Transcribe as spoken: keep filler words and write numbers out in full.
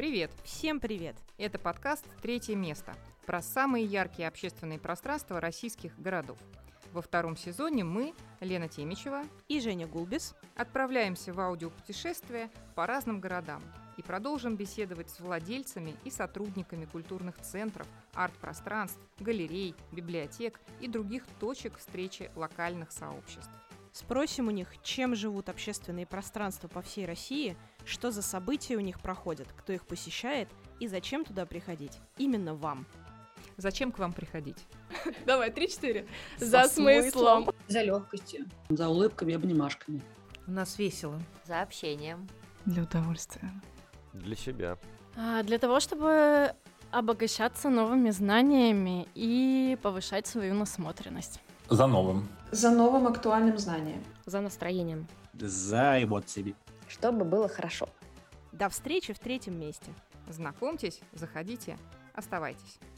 Привет! Всем привет! Это подкаст «Третье место» про самые яркие общественные пространства российских городов. Во втором сезоне мы, Лена Темичева и Женя Гулбис, отправляемся в аудиопутешествие по разным городам и продолжим беседовать с владельцами и сотрудниками культурных центров, арт-пространств, галерей, библиотек и других точек встречи локальных сообществ. Спросим у них, чем живут общественные пространства по всей России, что за события у них проходят, кто их посещает и зачем туда приходить. Именно вам. Зачем к вам приходить? Давай, три-четыре. За смыслом. За легкостью. За улыбками и обнимашками. У нас весело. За общением. Для удовольствия. Для себя. А, для того, чтобы обогащаться новыми знаниями и повышать свою насмотренность. За новым. За новым актуальным знанием. За настроением. За эмоциями. Чтобы было хорошо. До встречи в третьем месте. Знакомьтесь, заходите, оставайтесь.